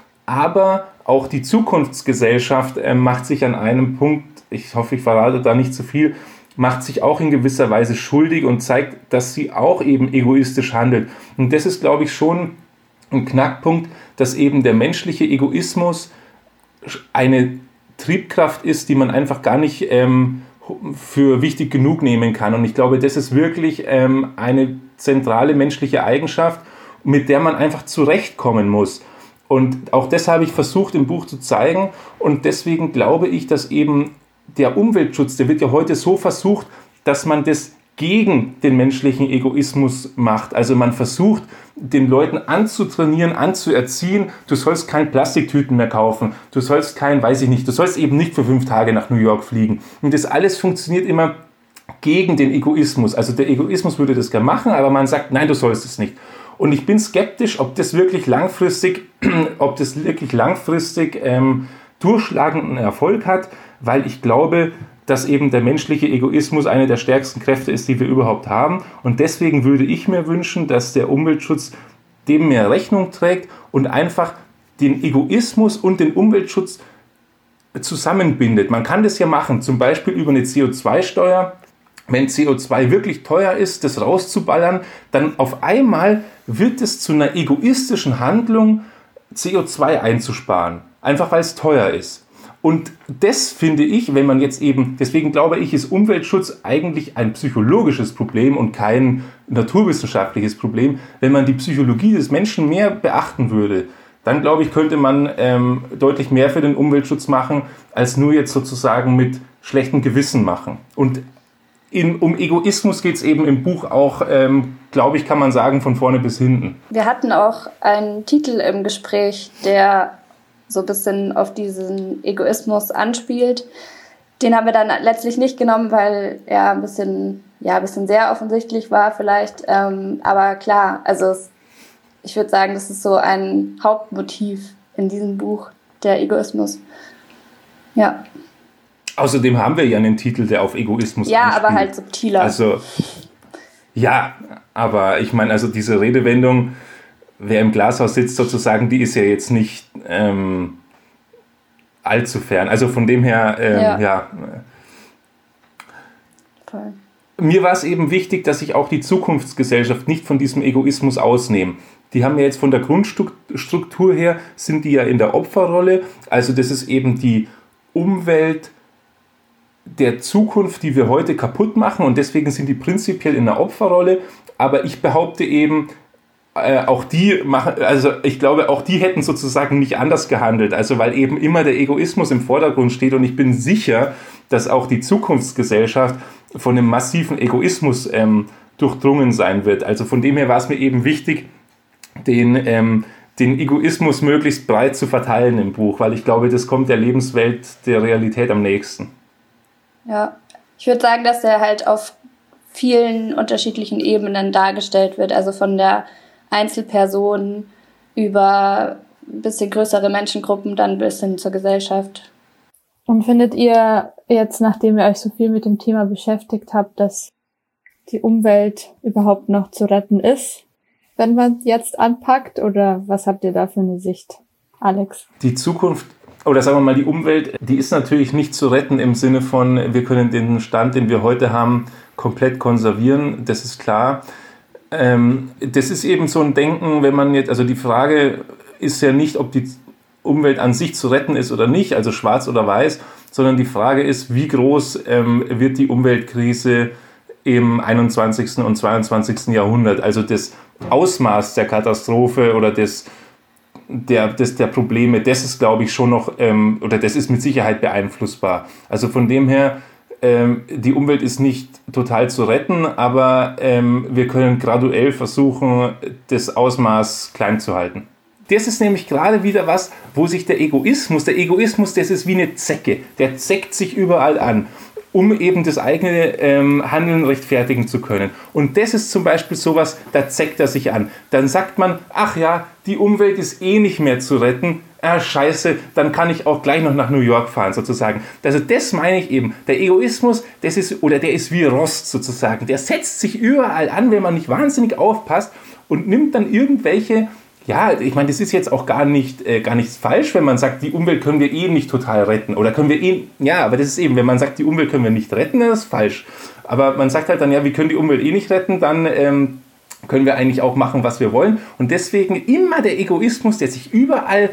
Aber auch die Zukunftsgesellschaft äh, macht sich an einem Punkt, ich hoffe, ich verrate da nicht zu viel, macht sich auch in gewisser Weise schuldig und zeigt, dass sie auch eben egoistisch handelt. Und das ist, glaube ich, schon ein Knackpunkt, dass eben der menschliche Egoismus eine Triebkraft ist, die man einfach gar nicht ähm, für wichtig genug nehmen kann. Und ich glaube, das ist wirklich ähm, eine zentrale menschliche Eigenschaft, mit der man einfach zurechtkommen muss. Und auch das habe ich versucht im Buch zu zeigen. Und deswegen glaube ich, dass eben der Umweltschutz, der wird ja heute so versucht, dass man das gegen den menschlichen Egoismus macht. Also man versucht, den Leuten anzutrainieren, anzuerziehen, du sollst kein Plastiktüten mehr kaufen, du sollst kein, weiß ich nicht, du sollst eben nicht für fünf Tage nach New York fliegen. Und das alles funktioniert immer gegen den Egoismus. Also der Egoismus würde das gerne machen, aber man sagt, nein, du sollst es nicht. Und ich bin skeptisch, ob das wirklich langfristig, ob das wirklich langfristig ähm, durchschlagenden Erfolg hat, weil ich glaube, dass eben der menschliche Egoismus eine der stärksten Kräfte ist, die wir überhaupt haben. Und deswegen würde ich mir wünschen, dass der Umweltschutz dem mehr Rechnung trägt und einfach den Egoismus und den Umweltschutz zusammenbindet. Man kann das ja machen, zum Beispiel über eine C O zwei Steuer. Wenn C O zwei wirklich teuer ist, das rauszuballern, dann auf einmal wird es zu einer egoistischen Handlung, C O zwei einzusparen. Einfach weil es teuer ist. Und das finde ich, wenn man jetzt eben, deswegen glaube ich, ist Umweltschutz eigentlich ein psychologisches Problem und kein naturwissenschaftliches Problem. Wenn man die Psychologie des Menschen mehr beachten würde, dann glaube ich, könnte man ähm, deutlich mehr für den Umweltschutz machen, als nur jetzt sozusagen mit schlechtem Gewissen machen. Und in, um Egoismus geht es eben im Buch auch, ähm, glaube ich, kann man sagen, von vorne bis hinten. Wir hatten auch einen Titel im Gespräch, der so ein bisschen auf diesen Egoismus anspielt. Den haben wir dann letztlich nicht genommen, weil er ein bisschen, ja, ein bisschen sehr offensichtlich war vielleicht. Ähm, aber klar, also es, ich würde sagen, das ist so ein Hauptmotiv in diesem Buch, der Egoismus. Ja. Außerdem haben wir ja einen Titel, der auf Egoismus Ja, anspielt. aber halt subtiler. Also, ja, aber ich meine, also diese Redewendung, wer im Glashaus sitzt sozusagen, die ist ja jetzt nicht ähm, allzu fern. Also von dem her, ähm, ja. ja. Voll. Mir war es eben wichtig, dass ich auch die Zukunftsgesellschaft nicht von diesem Egoismus ausnehme. Die haben ja jetzt von der Grundstruktur her, sind die ja in der Opferrolle. Also das ist eben die Umwelt der Zukunft, die wir heute kaputt machen. Und deswegen sind die prinzipiell in der Opferrolle. Aber ich behaupte eben, Äh, auch die machen, also ich glaube, auch die hätten sozusagen nicht anders gehandelt, also weil eben immer der Egoismus im Vordergrund steht und ich bin sicher, dass auch die Zukunftsgesellschaft von einem massiven Egoismus ähm, durchdrungen sein wird. Also von dem her war es mir eben wichtig, den, ähm, den Egoismus möglichst breit zu verteilen im Buch, weil ich glaube, das kommt der Lebenswelt, der Realität am nächsten. Ja, ich würde sagen, dass er halt auf vielen unterschiedlichen Ebenen dargestellt wird, also von der Einzelpersonen über ein bisschen größere Menschengruppen, dann bis hin zur Gesellschaft. Und findet ihr jetzt, nachdem ihr euch so viel mit dem Thema beschäftigt habt, dass die Umwelt überhaupt noch zu retten ist, wenn man jetzt anpackt? Oder was habt ihr da für eine Sicht, Alex? Die Zukunft, oder sagen wir mal die Umwelt, die ist natürlich nicht zu retten im Sinne von, wir können den Stand, den wir heute haben, komplett konservieren, das ist klar. Ähm, das ist eben so ein Denken, wenn man jetzt, also die Frage ist ja nicht, ob die Umwelt an sich zu retten ist oder nicht, also schwarz oder weiß, sondern die Frage ist, wie groß ähm, wird die Umweltkrise im einundzwanzigsten und zweiundzwanzigsten Jahrhundert, also das Ausmaß der Katastrophe oder des, der, des, der Probleme, das ist, glaube ich, schon noch, ähm, oder das ist mit Sicherheit beeinflussbar. Also von dem her, ähm, die Umwelt ist nicht total zu retten, aber ähm, wir können graduell versuchen, das Ausmaß klein zu halten. Das ist nämlich gerade wieder was, wo sich der Egoismus, der Egoismus, das ist wie eine Zecke, der zeckt sich überall an, um eben das eigene ähm, Handeln rechtfertigen zu können. Und das ist zum Beispiel sowas, da zeckt er sich an. Dann sagt man, ach ja, die Umwelt ist eh nicht mehr zu retten, ah scheiße, dann kann ich auch gleich noch nach New York fahren sozusagen. Also das meine ich eben, der Egoismus, das ist, oder der ist wie Rost sozusagen, der setzt sich überall an, wenn man nicht wahnsinnig aufpasst und nimmt dann irgendwelche. Ja, ich meine, das ist jetzt auch gar nicht äh, gar nichts falsch, wenn man sagt, die Umwelt können wir eh nicht total retten. Oder können wir eh, ja, aber das ist eben, wenn man sagt, die Umwelt können wir nicht retten, das ist falsch. Aber man sagt halt dann, ja, wir können die Umwelt eh nicht retten, dann ähm, können wir eigentlich auch machen, was wir wollen. Und deswegen immer der Egoismus, der sich überall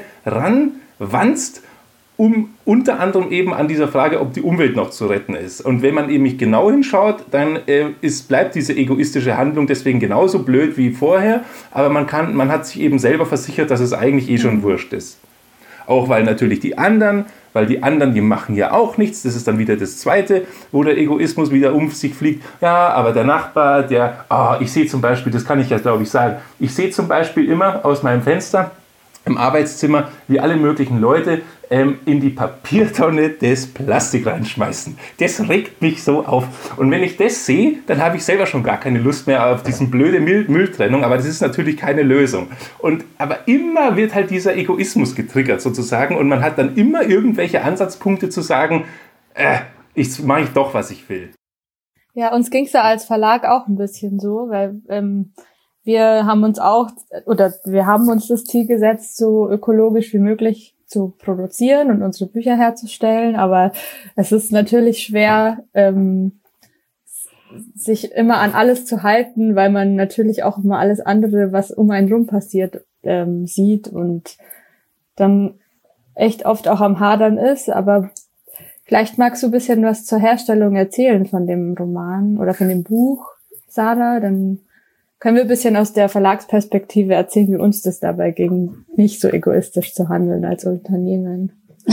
ranwanzt, um unter anderem eben an dieser Frage, ob die Umwelt noch zu retten ist. Und wenn man eben nicht genau hinschaut, dann äh, ist, bleibt diese egoistische Handlung deswegen genauso blöd wie vorher, aber man, kann, man hat sich eben selber versichert, dass es eigentlich eh schon wurscht ist. Auch weil natürlich die anderen, weil die anderen, die machen ja auch nichts, das ist dann wieder das Zweite, wo der Egoismus wieder um sich fliegt. Ja, aber der Nachbar, der, oh, ich sehe zum Beispiel, das kann ich ja glaube ich sagen, ich sehe zum Beispiel immer aus meinem Fenster, im Arbeitszimmer, wie alle möglichen Leute ähm, in die Papiertonne das Plastik reinschmeißen. Das regt mich so auf. Und wenn ich das sehe, dann habe ich selber schon gar keine Lust mehr auf diese blöde Müll- Mülltrennung, aber das ist natürlich keine Lösung. Und, aber immer wird halt dieser Egoismus getriggert sozusagen und man hat dann immer irgendwelche Ansatzpunkte zu sagen, äh, ich mache ich doch, was ich will. Ja, uns ging es ja als Verlag auch ein bisschen so, weil ähm, wir haben uns auch, oder wir haben uns das Ziel gesetzt, so ökologisch wie möglich zu produzieren und unsere Bücher herzustellen, aber es ist natürlich schwer, ähm, sich immer an alles zu halten, weil man natürlich auch immer alles andere, was um einen rum passiert, ähm, sieht und dann echt oft auch am Hadern ist, aber vielleicht magst du ein bisschen was zur Herstellung erzählen von dem Roman oder von dem Buch, Sarah, dann können wir ein bisschen aus der Verlagsperspektive erzählen, wie uns das dabei ging, nicht so egoistisch zu handeln als Unternehmen?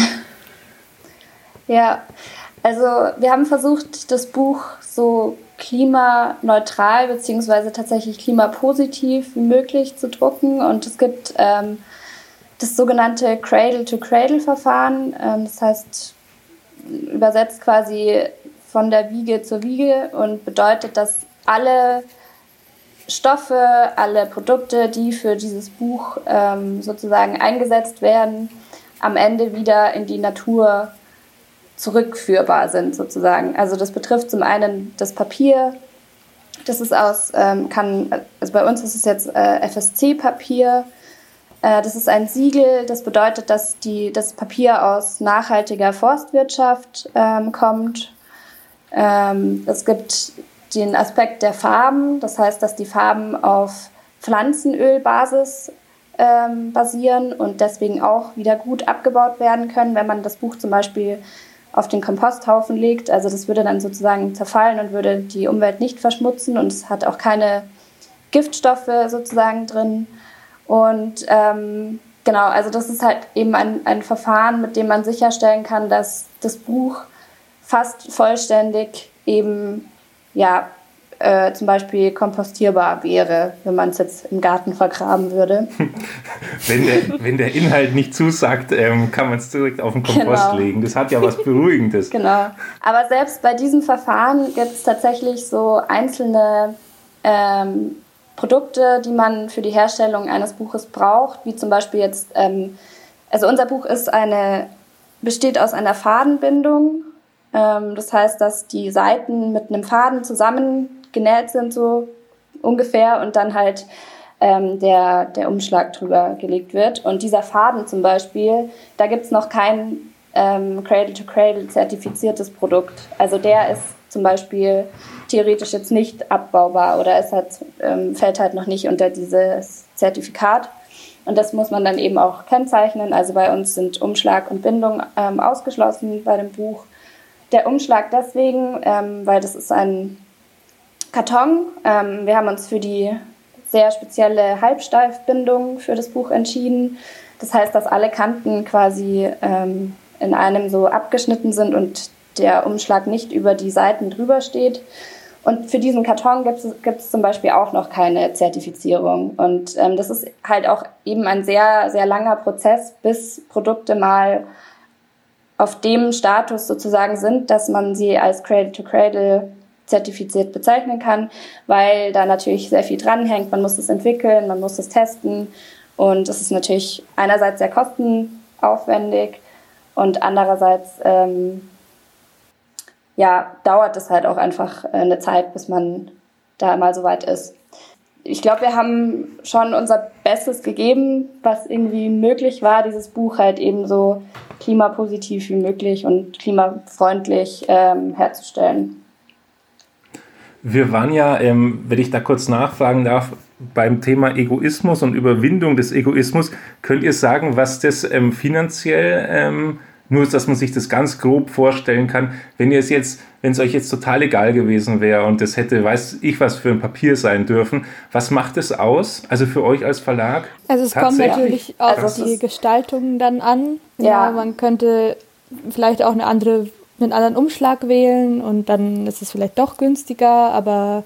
Ja, also wir haben versucht, das Buch so klimaneutral beziehungsweise tatsächlich klimapositiv wie möglich zu drucken. Und es gibt ähm, das sogenannte Cradle-to-Cradle-Verfahren. Ähm, das heißt, übersetzt quasi von der Wiege zur Wiege und bedeutet, dass alle Stoffe, alle Produkte, die für dieses Buch ähm, sozusagen eingesetzt werden, am Ende wieder in die Natur zurückführbar sind sozusagen. Also das betrifft zum einen das Papier, das ist aus, ähm, kann, also bei uns ist es jetzt äh, F S C-Papier, äh, das ist ein Siegel, das bedeutet, dass die, das Papier aus nachhaltiger Forstwirtschaft ähm, kommt. Ähm, es gibt den Aspekt der Farben, das heißt, dass die Farben auf Pflanzenölbasis ähm, basieren und deswegen auch wieder gut abgebaut werden können, wenn man das Buch zum Beispiel auf den Komposthaufen legt. Also das würde dann sozusagen zerfallen und würde die Umwelt nicht verschmutzen und es hat auch keine Giftstoffe sozusagen drin. Und ähm, genau, also das ist halt eben ein, ein Verfahren, mit dem man sicherstellen kann, dass das Buch fast vollständig eben ja, äh, zum Beispiel kompostierbar wäre, wenn man es jetzt im Garten vergraben würde. wenn, der, wenn der Inhalt nicht zusagt, ähm, kann man es direkt auf den Kompost genau. legen. Das hat ja was Beruhigendes. Genau. Aber selbst bei diesem Verfahren gibt es tatsächlich so einzelne ähm, Produkte, die man für die Herstellung eines Buches braucht, wie zum Beispiel jetzt, ähm, also unser Buch ist eine, besteht aus einer Fadenbindung. Ähm, das heißt, dass die Seiten mit einem Faden zusammengenäht sind, so ungefähr, und dann halt ähm, der, der Umschlag drüber gelegt wird. Und dieser Faden zum Beispiel, da gibt es noch kein ähm, Cradle-to-Cradle zertifiziertes Produkt. Also der ist zum Beispiel theoretisch jetzt nicht abbaubar oder es hat, ähm, fällt halt noch nicht unter dieses Zertifikat. Und das muss man dann eben auch kennzeichnen. Also bei uns sind Umschlag und Bindung ähm, ausgeschlossen bei dem Buch. Der Umschlag deswegen, ähm, weil das ist ein Karton. Ähm, wir haben uns für die sehr spezielle Halbsteifbindung für das Buch entschieden. Das heißt, dass alle Kanten quasi ähm, in einem so abgeschnitten sind und der Umschlag nicht über die Seiten drüber steht. Und für diesen Karton gibt es, gibt es zum Beispiel auch noch keine Zertifizierung. Und ähm, das ist halt auch eben ein sehr, sehr langer Prozess, bis Produkte mal auf dem Status sozusagen sind, dass man sie als Cradle-to-Cradle zertifiziert bezeichnen kann, weil da natürlich sehr viel dranhängt. Man muss es entwickeln, man muss es testen und es ist natürlich einerseits sehr kostenaufwendig und andererseits ähm, ja, dauert es halt auch einfach eine Zeit, bis man da mal so weit ist. Ich glaube, wir haben schon unser Bestes gegeben, was irgendwie möglich war, dieses Buch halt eben so klimapositiv wie möglich und klimafreundlich ähm, herzustellen. Wir waren ja, ähm, wenn ich da kurz nachfragen darf, beim Thema Egoismus und Überwindung des Egoismus. Könnt ihr sagen, was das ähm, finanziell ähm, nur, dass man sich das ganz grob vorstellen kann, wenn ihr es jetzt, wenn es euch jetzt total egal gewesen wäre und das hätte, weiß ich was, für ein Papier sein dürfen, was macht es aus? Also für euch als Verlag? Also es kommt natürlich auf also die Gestaltung dann an. Ja, ja, man könnte vielleicht auch eine andere, einen anderen Umschlag wählen und dann ist es vielleicht doch günstiger, aber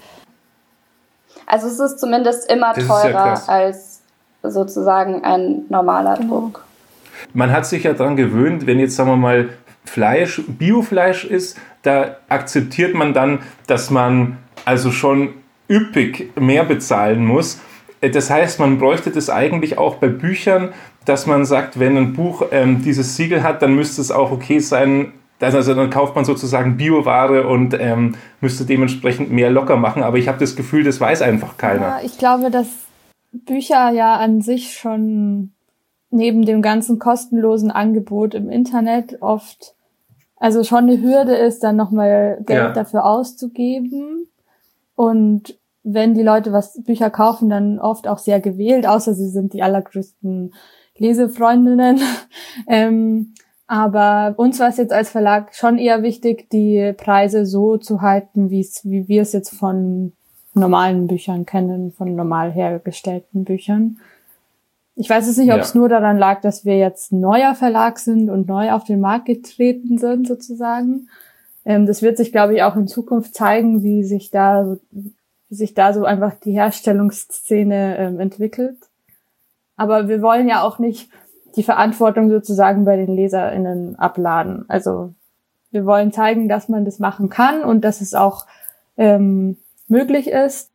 also es ist zumindest immer teurer ja als sozusagen ein normaler genau. Druck. Man hat sich ja daran gewöhnt, wenn jetzt, sagen wir mal, Fleisch, Biofleisch ist, da akzeptiert man dann, dass man also schon üppig mehr bezahlen muss. Das heißt, man bräuchte das eigentlich auch bei Büchern, dass man sagt, wenn ein Buch ähm, dieses Siegel hat, dann müsste es auch okay sein, also dann kauft man sozusagen Bioware und ähm, müsste dementsprechend mehr locker machen. Aber ich habe das Gefühl, das weiß einfach keiner. Ja, ich glaube, dass Bücher ja an sich schon neben dem ganzen kostenlosen Angebot im Internet oft, also schon eine Hürde ist, dann nochmal Geld ja. dafür auszugeben. Und wenn die Leute was Bücher kaufen, dann oft auch sehr gewählt, außer sie sind die allergrößten Lesefreundinnen. ähm, aber uns war es jetzt als Verlag schon eher wichtig, die Preise so zu halten, wie es, wie wir es jetzt von normalen Büchern kennen, von normal hergestellten Büchern. Ich weiß jetzt nicht, ob ja. es nur daran lag, dass wir jetzt ein neuer Verlag sind und neu auf den Markt getreten sind, sozusagen. Ähm, das wird sich, glaube ich, auch in Zukunft zeigen, wie sich da, wie sich da so einfach die Herstellungsszene ähm, entwickelt. Aber wir wollen ja auch nicht die Verantwortung sozusagen bei den LeserInnen abladen. Also wir wollen zeigen, dass man das machen kann und dass es auch ähm, möglich ist.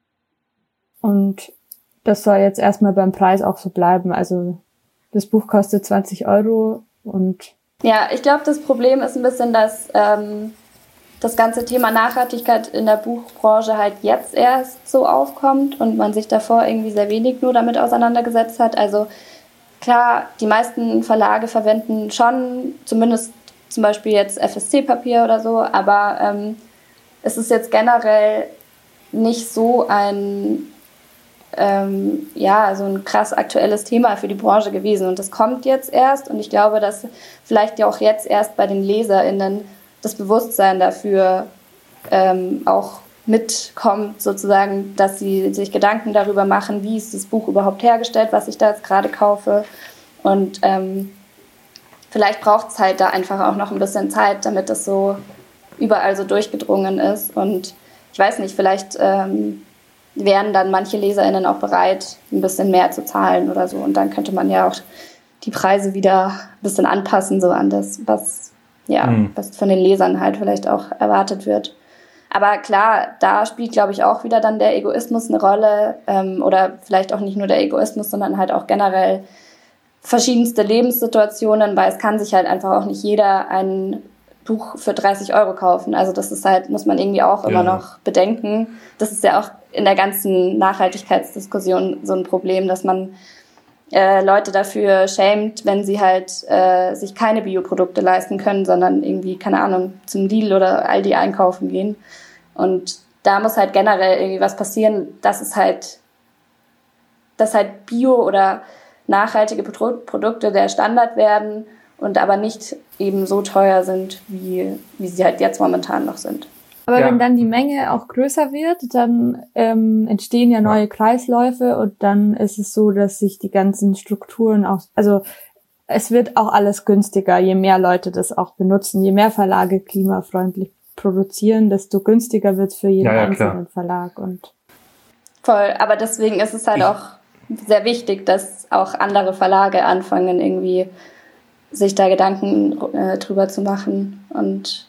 Und das soll jetzt erstmal beim Preis auch so bleiben. Also das Buch kostet zwanzig Euro und ja, ich glaube, das Problem ist ein bisschen, dass ähm, das ganze Thema Nachhaltigkeit in der Buchbranche halt jetzt erst so aufkommt und man sich davor irgendwie sehr wenig nur damit auseinandergesetzt hat. Also klar, die meisten Verlage verwenden schon, zumindest zum Beispiel jetzt F S C-Papier oder so, aber ähm, es ist jetzt generell nicht so ein Ähm, ja, so ein krass aktuelles Thema für die Branche gewesen. Und das kommt jetzt erst. Und ich glaube, dass vielleicht ja auch jetzt erst bei den LeserInnen das Bewusstsein dafür ähm, auch mitkommt, sozusagen, dass sie sich Gedanken darüber machen, wie ist das Buch überhaupt hergestellt, was ich da jetzt gerade kaufe. Und ähm, vielleicht braucht es halt da einfach auch noch ein bisschen Zeit, damit das so überall so durchgedrungen ist. Und ich weiß nicht, vielleicht ähm, wären dann manche LeserInnen auch bereit, ein bisschen mehr zu zahlen oder so. Und dann könnte man ja auch die Preise wieder ein bisschen anpassen, so an das, was, ja, mhm. was von den Lesern halt vielleicht auch erwartet wird. Aber klar, da spielt, glaube ich, auch wieder dann der Egoismus eine Rolle ähm, oder vielleicht auch nicht nur der Egoismus, sondern halt auch generell verschiedenste Lebenssituationen, weil es kann sich halt einfach auch nicht jeder ein Buch für dreißig Euro kaufen. Also das ist halt, muss man irgendwie auch immer ja. noch bedenken. Das ist ja auch in der ganzen Nachhaltigkeitsdiskussion so ein Problem, dass man äh, Leute dafür schämt, wenn sie halt äh, sich keine Bioprodukte leisten können, sondern irgendwie, keine Ahnung, zum Lidl oder Aldi einkaufen gehen. Und da muss halt generell irgendwie was passieren, dass es halt, dass halt Bio oder nachhaltige Produkte der Standard werden und aber nicht eben so teuer sind, wie, wie sie halt jetzt momentan noch sind. Aber ja. wenn dann die Menge auch größer wird, dann ähm, entstehen ja neue Kreisläufe und dann ist es so, dass sich die ganzen Strukturen auch, also es wird auch alles günstiger, je mehr Leute das auch benutzen, je mehr Verlage klimafreundlich produzieren, desto günstiger wird es für jeden ja, ja, einzelnen klar. Verlag. Und voll, aber deswegen ist es halt ich, auch sehr wichtig, dass auch andere Verlage anfangen, irgendwie sich da Gedanken äh, drüber zu machen und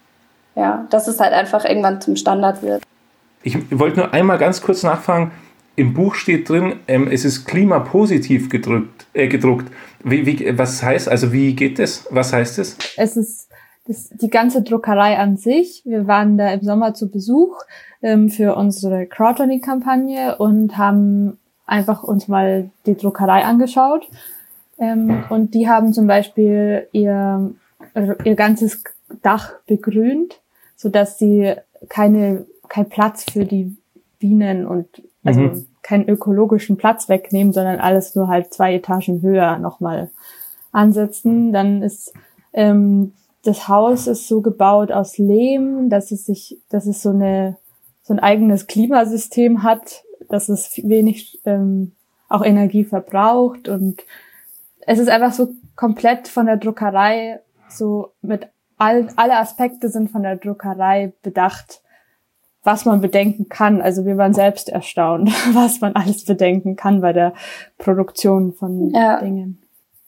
ja, dass es halt einfach irgendwann zum Standard wird. Ich wollte nur einmal ganz kurz nachfragen, im Buch steht drin, ähm, es ist klimapositiv gedrückt, äh, gedruckt. Wie, wie, was heißt, also wie geht das? Was heißt das? Es ist das, die ganze Druckerei an sich. Wir waren da im Sommer zu Besuch ähm, für unsere Crowdfunding-Kampagne und haben einfach uns mal die Druckerei angeschaut. Ähm, und die haben zum Beispiel ihr, ihr ganzes Dach begrünt, sodass sie keine, kein Platz für die Bienen und also mhm. keinen ökologischen Platz wegnehmen, sondern alles nur halt zwei Etagen höher nochmal ansetzen. Dann ist ähm, das Haus ist so gebaut aus Lehm, dass es sich, dass es so eine so ein eigenes Klimasystem hat, dass es wenig ähm, auch Energie verbraucht und es ist einfach so komplett von der Druckerei so mit all, alle Aspekte sind von der Druckerei bedacht, was man bedenken kann. Also wir waren selbst erstaunt, was man alles bedenken kann bei der Produktion von ja. Dingen.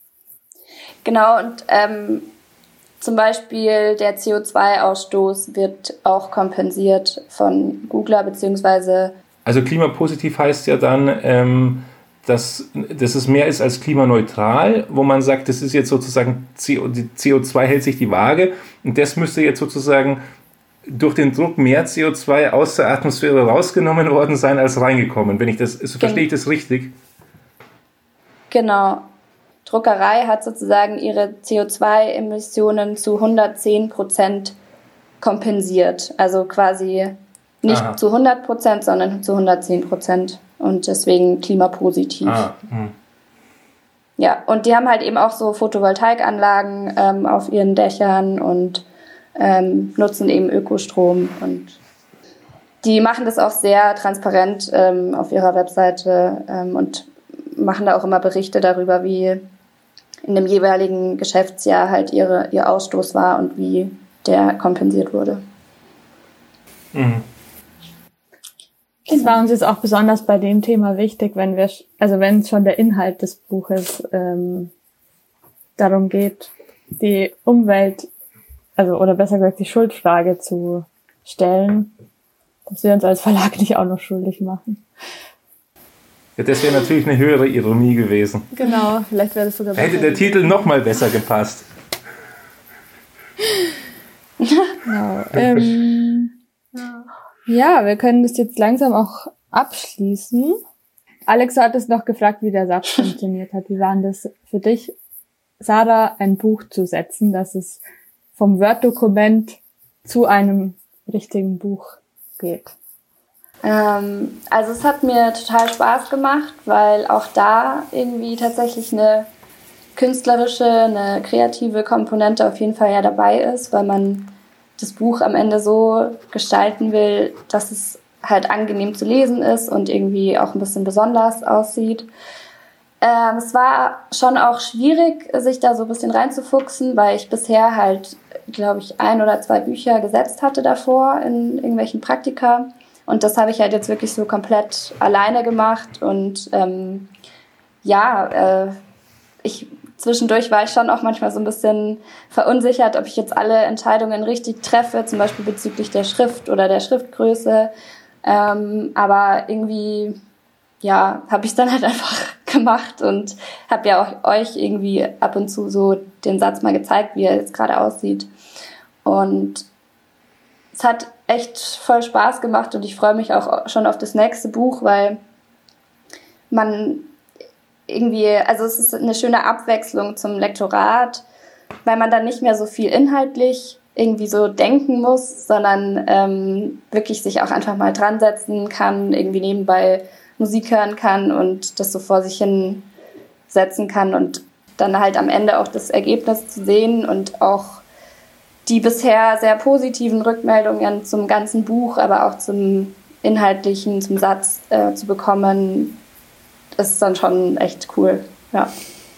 Genau, und ähm, zum Beispiel der C O zwei Ausstoß wird auch kompensiert von Googler, beziehungsweise... Also klimapositiv heißt ja dann, ähm, dass, dass es mehr ist als klimaneutral, wo man sagt, das ist jetzt sozusagen, C O zwei hält sich die Waage und das müsste jetzt sozusagen durch den Druck mehr C O zwei aus der Atmosphäre rausgenommen worden sein, als reingekommen. Wenn ich das, so verstehe ich das richtig? Genau. Druckerei hat sozusagen ihre C O zwei Emissionen zu hundertzehn Prozent kompensiert. Also quasi nicht Aha. zu hundert Prozent, sondern zu hundertzehn Prozent. Und deswegen klimapositiv. Ah, hm. Ja, und die haben halt eben auch so Photovoltaikanlagen ähm, auf ihren Dächern und ähm, nutzen eben Ökostrom. Und die machen das auch sehr transparent ähm, auf ihrer Webseite ähm, und machen da auch immer Berichte darüber, wie in dem jeweiligen Geschäftsjahr halt ihre, ihr Ausstoß war und wie der kompensiert wurde. Mhm. Es war uns jetzt auch besonders bei dem Thema wichtig, wenn wir, also wenn es schon der Inhalt des Buches ähm, darum geht, die Umwelt, also oder besser gesagt die Schuldfrage zu stellen, dass wir uns als Verlag nicht auch noch schuldig machen. Ja, das wäre natürlich eine höhere Ironie gewesen. Genau, vielleicht wäre das sogar besser. Hätte der gewesen. Titel noch mal besser gepasst. Genau. ähm, ja, wir können das jetzt langsam auch abschließen. Alex hat es noch gefragt, wie der Satz funktioniert hat. Wie war denn das für dich, Sarah, ein Buch zu setzen, dass es vom Word-Dokument zu einem richtigen Buch geht? Ähm, also es hat mir total Spaß gemacht, weil auch da irgendwie tatsächlich eine künstlerische, eine kreative Komponente auf jeden Fall ja dabei ist, weil man das Buch am Ende so gestalten will, dass es halt angenehm zu lesen ist und irgendwie auch ein bisschen besonders aussieht. Ähm, es war schon auch schwierig, sich da so ein bisschen reinzufuchsen, weil ich bisher halt, glaube ich, ein oder zwei Bücher gesetzt hatte davor in irgendwelchen Praktika. Und das habe ich halt jetzt wirklich so komplett alleine gemacht. Und ähm, ja, äh, ich zwischendurch war ich schon auch manchmal so ein bisschen verunsichert, ob ich jetzt alle Entscheidungen richtig treffe, zum Beispiel bezüglich der Schrift oder der Schriftgröße. Ähm, aber irgendwie, ja, habe ich es dann halt einfach gemacht und habe ja auch euch irgendwie ab und zu so den Satz mal gezeigt, wie er jetzt gerade aussieht. Und es hat echt voll Spaß gemacht und ich freue mich auch schon auf das nächste Buch, weil man irgendwie, also es ist eine schöne Abwechslung zum Lektorat, weil man dann nicht mehr so viel inhaltlich irgendwie so denken muss, sondern ähm, wirklich sich auch einfach mal dran setzen kann, irgendwie nebenbei Musik hören kann und das so vor sich hin setzen kann und dann halt am Ende auch das Ergebnis zu sehen und auch die bisher sehr positiven Rückmeldungen zum ganzen Buch, aber auch zum Inhaltlichen, zum Satz äh, zu bekommen, ist dann schon echt cool, ja.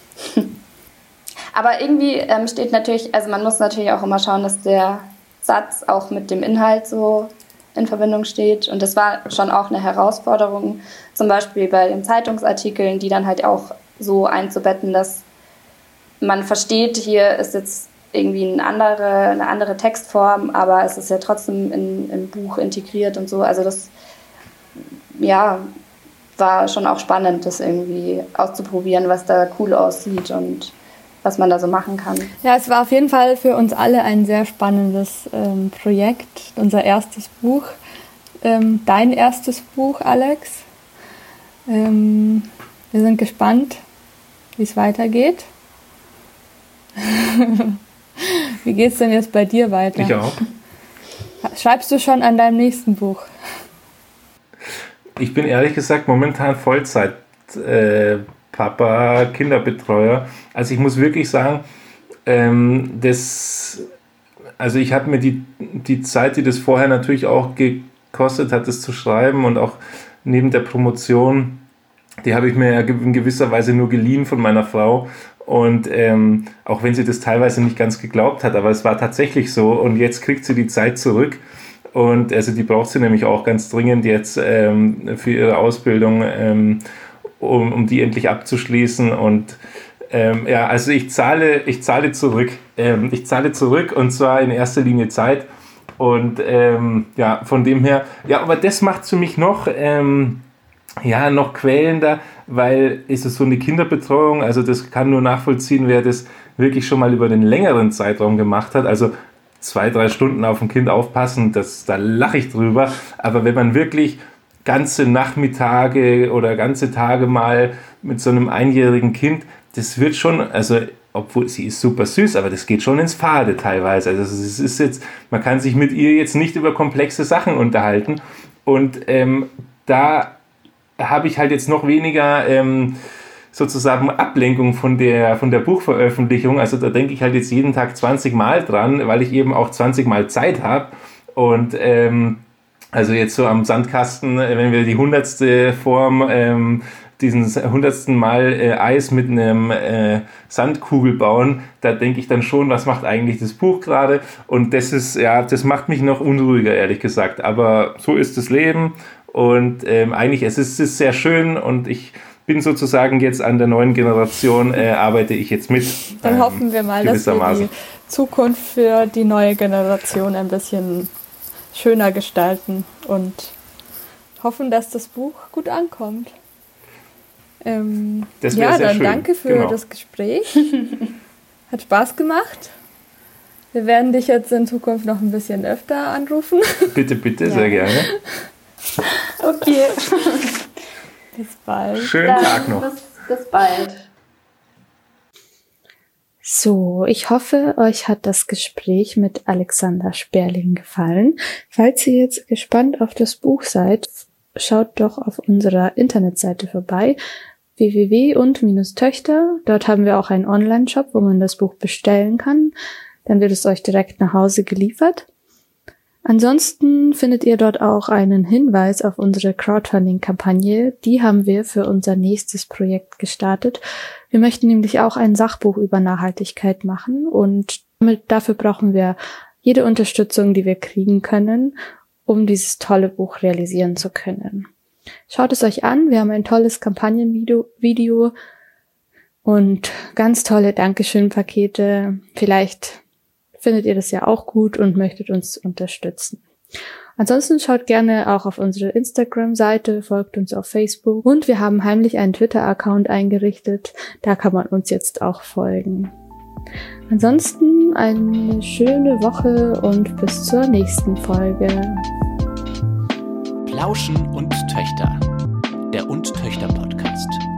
Aber irgendwie ähm, steht natürlich, also man muss natürlich auch immer schauen, dass der Satz auch mit dem Inhalt so in Verbindung steht. Und das war schon auch eine Herausforderung, zum Beispiel bei den Zeitungsartikeln, die dann halt auch so einzubetten, dass man versteht, hier ist jetzt irgendwie eine andere, eine andere Textform, aber es ist ja trotzdem in, im Buch integriert und so. Also das, ja, war schon auch spannend, das irgendwie auszuprobieren, was da cool aussieht und was man da so machen kann. Ja, es war auf jeden Fall für uns alle ein sehr spannendes ähm, Projekt, unser erstes Buch, ähm, dein erstes Buch, Alex. Ähm, wir sind gespannt, wie es weitergeht. Wie geht's denn jetzt bei dir weiter? Ich auch. Schreibst du schon an deinem nächsten Buch? Ich bin ehrlich gesagt momentan Vollzeit äh, Papa, Kinderbetreuer. Also ich muss wirklich sagen, ähm, das, also ich habe mir die, die Zeit, die das vorher natürlich auch gekostet hat, das zu schreiben und auch neben der Promotion, die habe ich mir ja in gewisser Weise nur geliehen von meiner Frau. Und ähm, auch wenn sie das teilweise nicht ganz geglaubt hat, aber es war tatsächlich so. Und jetzt kriegt sie die Zeit zurück. Und also die braucht sie nämlich auch ganz dringend jetzt ähm, für ihre Ausbildung, ähm, um, um die endlich abzuschließen. Und ähm, ja, also ich zahle, ich zahle zurück. Ähm, ich zahle zurück und zwar in erster Linie Zeit. Und ähm, ja, von dem her, ja, aber das macht für mich noch, ähm, ja, noch quälender, weil ist es so eine Kinderbetreuung, also das kann nur nachvollziehen, wer das wirklich schon mal über den längeren Zeitraum gemacht hat. Also zwei, drei Stunden auf ein Kind aufpassen, das, da lache ich drüber. Aber wenn man wirklich ganze Nachmittage oder ganze Tage mal mit so einem einjährigen Kind, das wird schon, also obwohl sie ist super süß, aber das geht schon ins Fade teilweise. Also es ist jetzt, man kann sich mit ihr jetzt nicht über komplexe Sachen unterhalten. Und ähm, da habe ich halt jetzt noch weniger ähm, sozusagen Ablenkung von der, von der Buchveröffentlichung. Also da denke ich halt jetzt jeden Tag zwanzig Mal dran, weil ich eben auch zwanzig Mal Zeit habe. Und ähm, also jetzt so am Sandkasten, wenn wir die hundertste Form, ähm, diesen hundertsten Mal äh, Eis mit einem äh, Sandkugel bauen, da denke ich dann schon, was macht eigentlich das Buch gerade? Und das ist, ja, das macht mich noch unruhiger, ehrlich gesagt. Aber so ist das Leben und ähm, eigentlich es ist es sehr schön und ich bin sozusagen jetzt an der neuen Generation, äh, arbeite ich jetzt mit. Dann ähm, hoffen wir mal, dass wir die Zukunft für die neue Generation ein bisschen schöner gestalten und hoffen, dass das Buch gut ankommt. Ähm, das ja, sehr dann schön. Danke für genau. das Gespräch. Hat Spaß gemacht. Wir werden dich jetzt in Zukunft noch ein bisschen öfter anrufen. Bitte, bitte, ja. Sehr gerne. Okay. Bis bald. Schönen Dann Tag noch. Bis, bis bald. So, ich hoffe, euch hat das Gespräch mit Alexander Sperling gefallen. Falls ihr jetzt gespannt auf das Buch seid, schaut doch auf unserer Internetseite vorbei, w w w punkt und töchter. Dort haben wir auch einen Online-Shop, wo man das Buch bestellen kann. Dann wird es euch direkt nach Hause geliefert. Ansonsten findet ihr dort auch einen Hinweis auf unsere Crowdfunding-Kampagne. Die haben wir für unser nächstes Projekt gestartet. Wir möchten nämlich auch ein Sachbuch über Nachhaltigkeit machen und damit, dafür brauchen wir jede Unterstützung, die wir kriegen können, um dieses tolle Buch realisieren zu können. Schaut es euch an, wir haben ein tolles Kampagnenvideo Video und ganz tolle Dankeschön-Pakete. Vielleicht findet ihr das ja auch gut und möchtet uns unterstützen. Ansonsten schaut gerne auch auf unsere Instagram-Seite, folgt uns auf Facebook und wir haben heimlich einen Twitter-Account eingerichtet. Da kann man uns jetzt auch folgen. Ansonsten eine schöne Woche und bis zur nächsten Folge. Plauschen und Töchter, der Und Töchter Podcast.